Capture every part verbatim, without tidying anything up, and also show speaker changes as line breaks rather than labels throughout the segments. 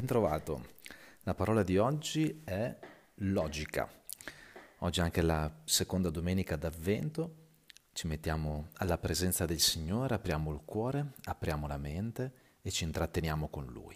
Bentrovato. La parola di oggi è logica. Oggi è anche la seconda domenica d'Avvento. Ci mettiamo alla presenza del Signore, apriamo il cuore, apriamo la mente e ci intratteniamo con Lui.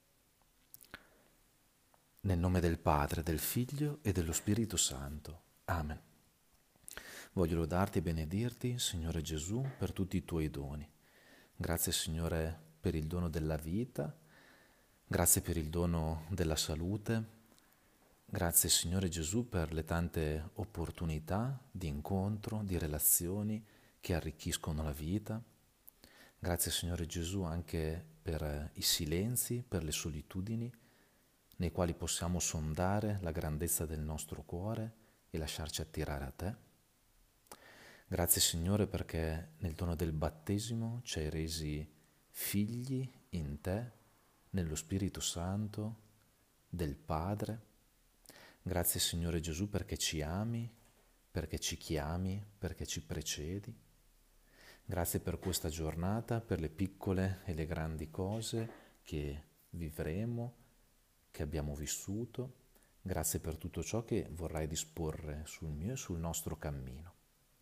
Nel nome del Padre, del Figlio e dello Spirito Santo. Amen. Voglio lodarti e benedirti, Signore Gesù, per tutti i tuoi doni. Grazie, Signore, per il dono della vita. Grazie per il dono della salute, grazie Signore Gesù per le tante opportunità di incontro, di relazioni che arricchiscono la vita. Grazie Signore Gesù anche per i silenzi, per le solitudini, nei quali possiamo sondare la grandezza del nostro cuore e lasciarci attirare a Te. Grazie Signore perché nel dono del battesimo ci hai resi figli in Te, nello Spirito Santo, del Padre. Grazie Signore Gesù perché ci ami, perché ci chiami, perché ci precedi. Grazie per questa giornata, per le piccole e le grandi cose che vivremo, che abbiamo vissuto. Grazie per tutto ciò che vorrai disporre sul mio e sul nostro cammino.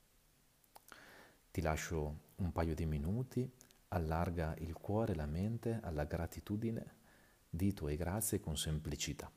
Ti lascio un paio di minuti, allarga il cuore e la mente alla gratitudine di tue grazie con semplicità.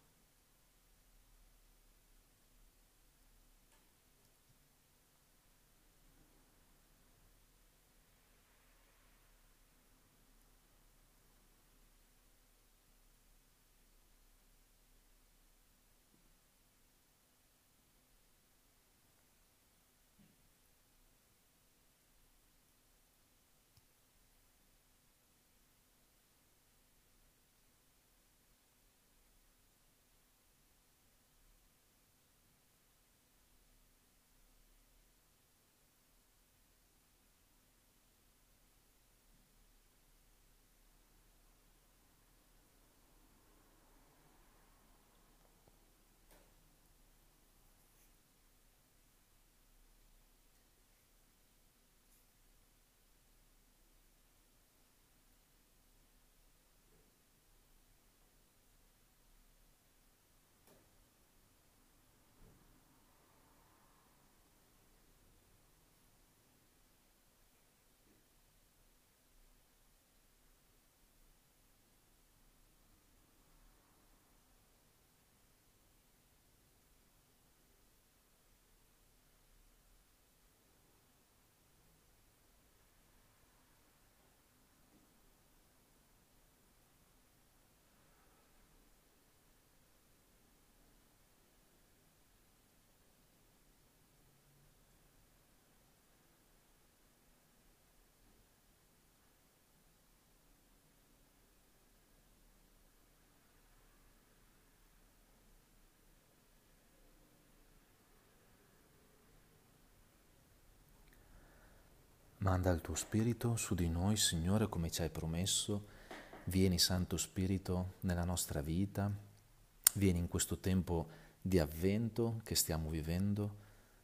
Manda il tuo Spirito su di noi, Signore, come ci hai promesso. Vieni, Santo Spirito, nella nostra vita. Vieni in questo tempo di avvento che stiamo vivendo.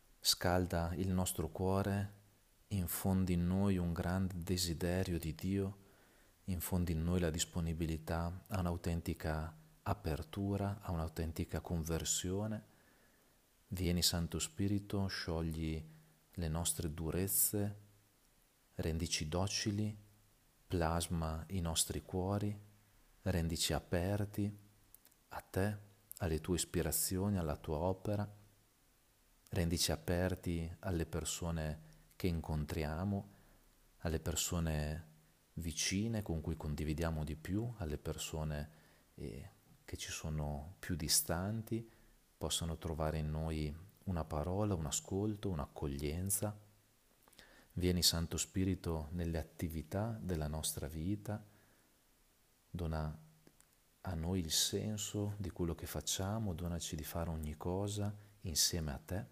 Scalda il nostro cuore, infondi in noi un grande desiderio di Dio, infondi in noi la disponibilità a un'autentica apertura, a un'autentica conversione. Vieni, Santo Spirito, sciogli le nostre durezze, rendici docili, plasma i nostri cuori, rendici aperti a Te, alle Tue ispirazioni, alla Tua opera, rendici aperti alle persone che incontriamo, alle persone vicine con cui condividiamo di più, alle persone eh, che ci sono più distanti, possano trovare in noi una parola, un ascolto, un'accoglienza. Vieni Santo Spirito nelle attività della nostra vita, dona a noi il senso di quello che facciamo, donaci di fare ogni cosa insieme a Te.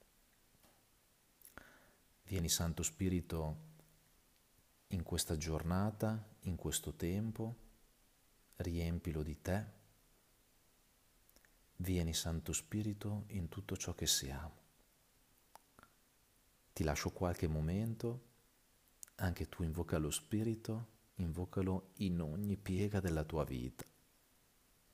Vieni Santo Spirito in questa giornata, in questo tempo, riempilo di Te. Vieni Santo Spirito in tutto ciò che siamo. Ti lascio qualche momento, anche tu invoca lo Spirito, invocalo in ogni piega della tua vita.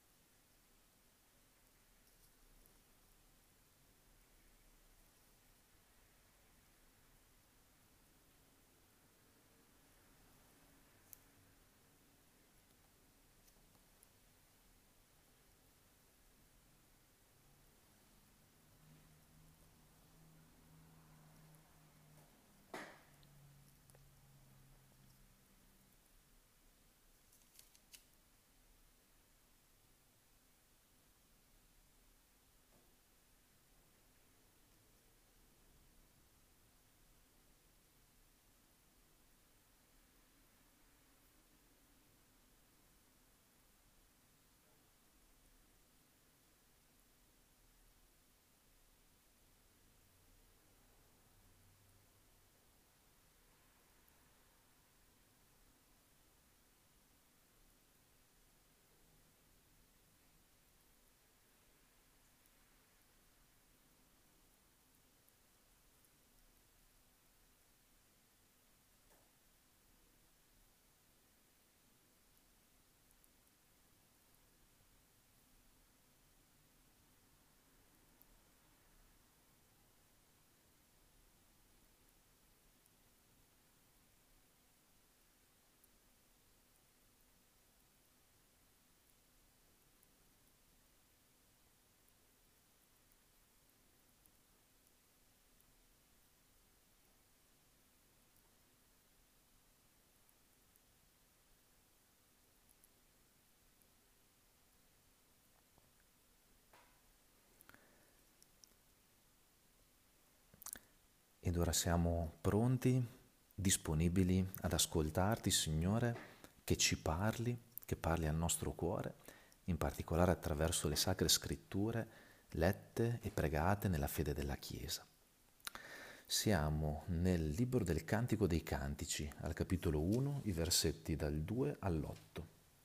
Ed ora siamo pronti, disponibili ad ascoltarti, Signore, che ci parli, che parli al nostro cuore, in particolare attraverso le sacre scritture lette e pregate nella fede della Chiesa. Siamo nel libro del Cantico dei Cantici, al capitolo uno, i versetti dal due all'otto.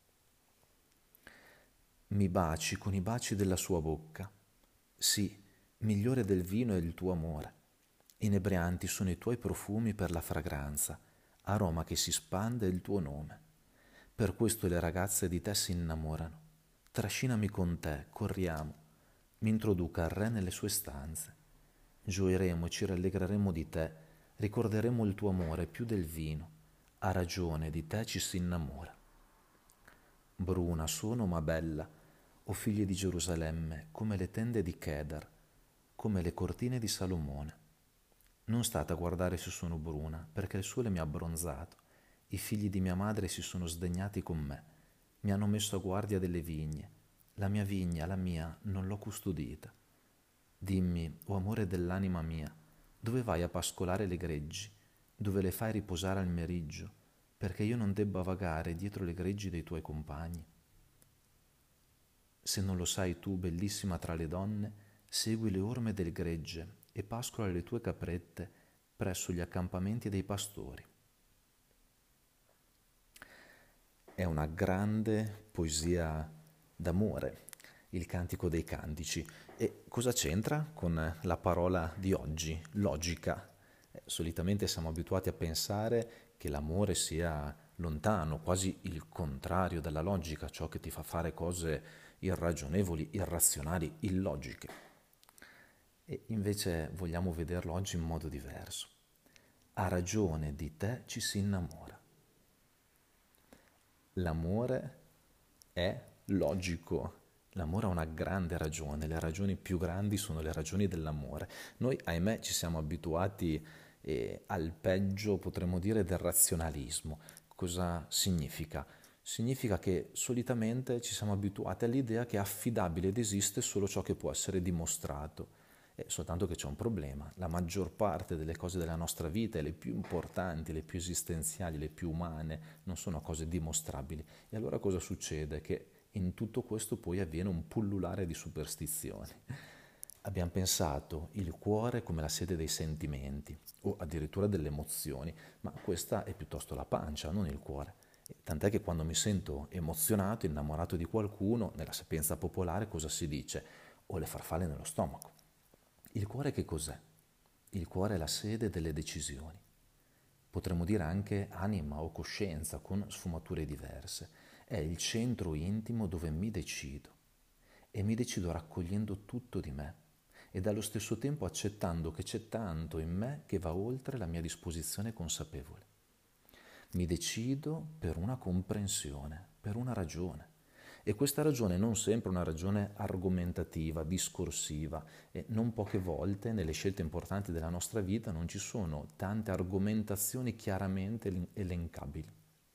Mi baci con i baci della sua bocca, sì, migliore del vino è il tuo amore. Inebrianti sono i tuoi profumi per la fragranza, aroma che si spande è il tuo nome. Per questo le ragazze di te si innamorano. Trascinami con te, corriamo. Mi introduca al re nelle sue stanze. Gioiremo e ci rallegreremo di te, ricorderemo il tuo amore più del vino. A ragione di te ci si innamora. Bruna sono ma bella, o figlie di Gerusalemme, come le tende di Kedar, come le cortine di Salomone. Non state a guardare se sono bruna, perché il sole mi ha abbronzato. I figli di mia madre si sono sdegnati con me. Mi hanno messo a guardia delle vigne. La mia vigna, la mia, non l'ho custodita. Dimmi, o amore dell'anima mia, dove vai a pascolare le greggi? Dove le fai riposare al meriggio? Perché io non debba vagare dietro le greggi dei tuoi compagni. Se non lo sai tu, bellissima tra le donne, segui le orme del gregge e pascola le tue caprette presso gli accampamenti dei pastori. È una grande poesia d'amore, il Cantico dei Cantici. E cosa c'entra con la parola di oggi, logica? Eh, solitamente siamo abituati a pensare che l'amore sia lontano, quasi il contrario della logica, ciò che ti fa fare cose irragionevoli, irrazionali, illogiche. E invece vogliamo vederlo oggi in modo diverso. A ragione di te ci si innamora. L'amore è logico. L'amore ha una grande ragione, le ragioni più grandi sono le ragioni dell'amore. Noi, ahimè, ci siamo abituati eh, al peggio, potremmo dire, del razionalismo. Cosa significa? Significa che solitamente ci siamo abituati all'idea che è affidabile ed esiste solo ciò che può essere dimostrato. È soltanto che c'è un problema. La maggior parte delle cose della nostra vita, le più importanti, le più esistenziali, le più umane, non sono cose dimostrabili. E allora cosa succede? Che in tutto questo poi avviene un pullulare di superstizioni. Abbiamo pensato il cuore come la sede dei sentimenti o addirittura delle emozioni, ma questa è piuttosto la pancia, non il cuore. Tant'è che quando mi sento emozionato, innamorato di qualcuno, nella sapienza popolare cosa si dice? Ho le farfalle nello stomaco. Il cuore che cos'è? Il cuore è la sede delle decisioni. Potremmo dire anche anima o coscienza con sfumature diverse. È il centro intimo dove mi decido e mi decido raccogliendo tutto di me ed allo stesso tempo accettando che c'è tanto in me che va oltre la mia disposizione consapevole. Mi decido per una comprensione, per una ragione. E questa ragione non sempre è una ragione argomentativa, discorsiva, e non poche volte nelle scelte importanti della nostra vita non ci sono tante argomentazioni chiaramente elencabili.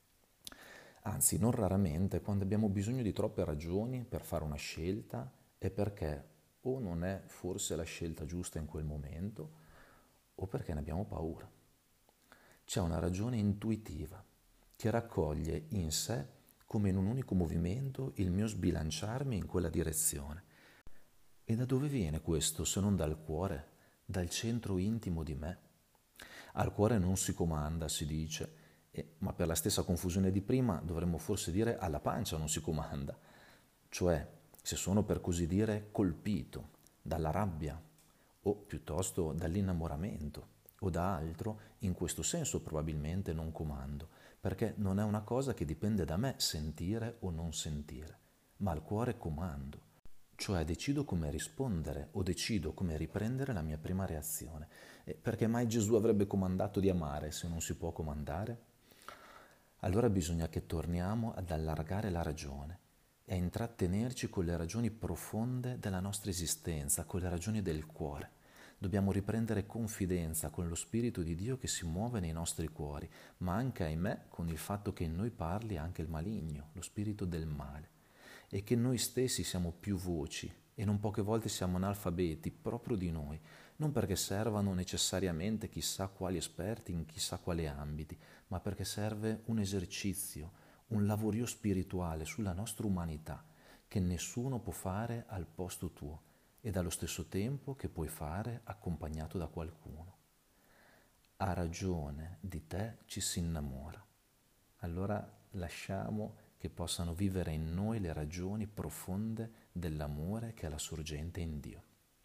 Anzi, non raramente, quando abbiamo bisogno di troppe ragioni per fare una scelta, è perché o non è forse la scelta giusta in quel momento, o perché ne abbiamo paura. C'è una ragione intuitiva che raccoglie in sé come in un unico movimento il mio sbilanciarmi in quella direzione. E da dove viene questo se non dal cuore, dal centro intimo di me? Al cuore non si comanda, si dice, eh, ma per la stessa confusione di prima dovremmo forse dire alla pancia non si comanda. Cioè, se sono per così dire colpito dalla rabbia o piuttosto dall'innamoramento o da altro, in questo senso probabilmente non comando, perché non è una cosa che dipende da me sentire o non sentire, ma al cuore comando, cioè decido come rispondere o decido come riprendere la mia prima reazione. E perché mai Gesù avrebbe comandato di amare se non si può comandare? Allora bisogna che torniamo ad allargare la ragione e a intrattenerci con le ragioni profonde della nostra esistenza, con le ragioni del cuore. Dobbiamo riprendere confidenza con lo Spirito di Dio che si muove nei nostri cuori, ma anche, ahimè, con il fatto che in noi parli anche il maligno, lo spirito del male, e che noi stessi siamo più voci e non poche volte siamo analfabeti proprio di noi. non perché servano necessariamente chissà quali esperti in chissà quali ambiti, ma perché serve un esercizio, un lavorio spirituale sulla nostra umanità che nessuno può fare al posto tuo ed allo stesso tempo che puoi fare accompagnato da qualcuno. A ragione di te ci si innamora. Allora lasciamo che possano vivere in noi le ragioni profonde dell'amore che è la sorgente in Dio.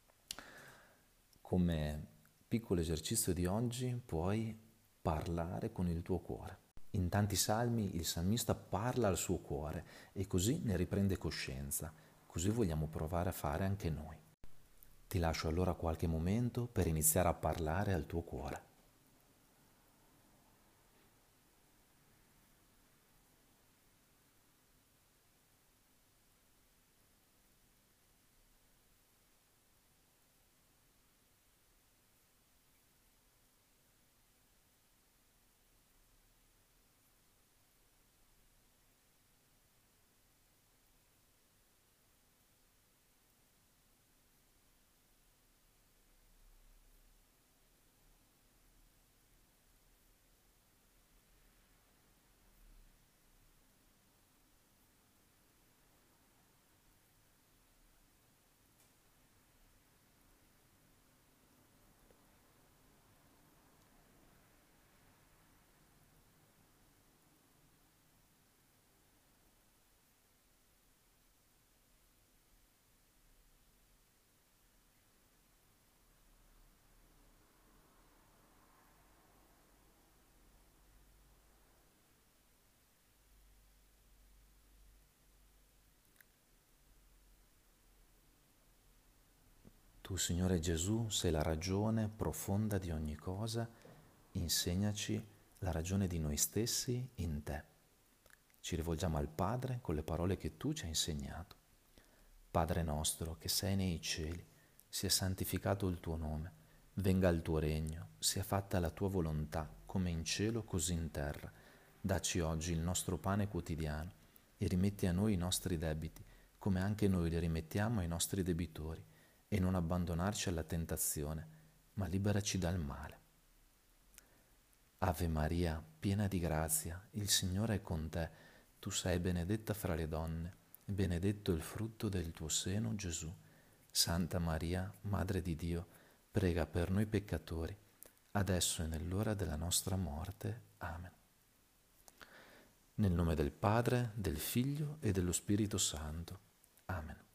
Come piccolo esercizio di oggi puoi parlare con il tuo cuore. In tanti salmi il salmista parla al suo cuore e così ne riprende coscienza. Così vogliamo provare a fare anche noi. Ti lascio allora qualche momento per iniziare a parlare al tuo cuore. Tu, Signore Gesù, sei la ragione profonda di ogni cosa, insegnaci la ragione di noi stessi in te. Ci rivolgiamo al Padre con le parole che tu ci hai insegnato. Padre nostro, che sei nei cieli, sia santificato il tuo nome, venga il tuo regno, sia fatta la tua volontà, come in cielo così in terra. Dacci oggi il nostro pane quotidiano e rimetti a noi i nostri debiti, come anche noi li rimettiamo ai nostri debitori, e non abbandonarci alla tentazione, ma liberaci dal male. Ave Maria, piena di grazia, il Signore è con te. Tu sei benedetta fra le donne, e benedetto il frutto del tuo seno, Gesù. Santa Maria, Madre di Dio, prega per noi peccatori, adesso e nell'ora della nostra morte. Amen. Nel nome del Padre, del Figlio e dello Spirito Santo. Amen.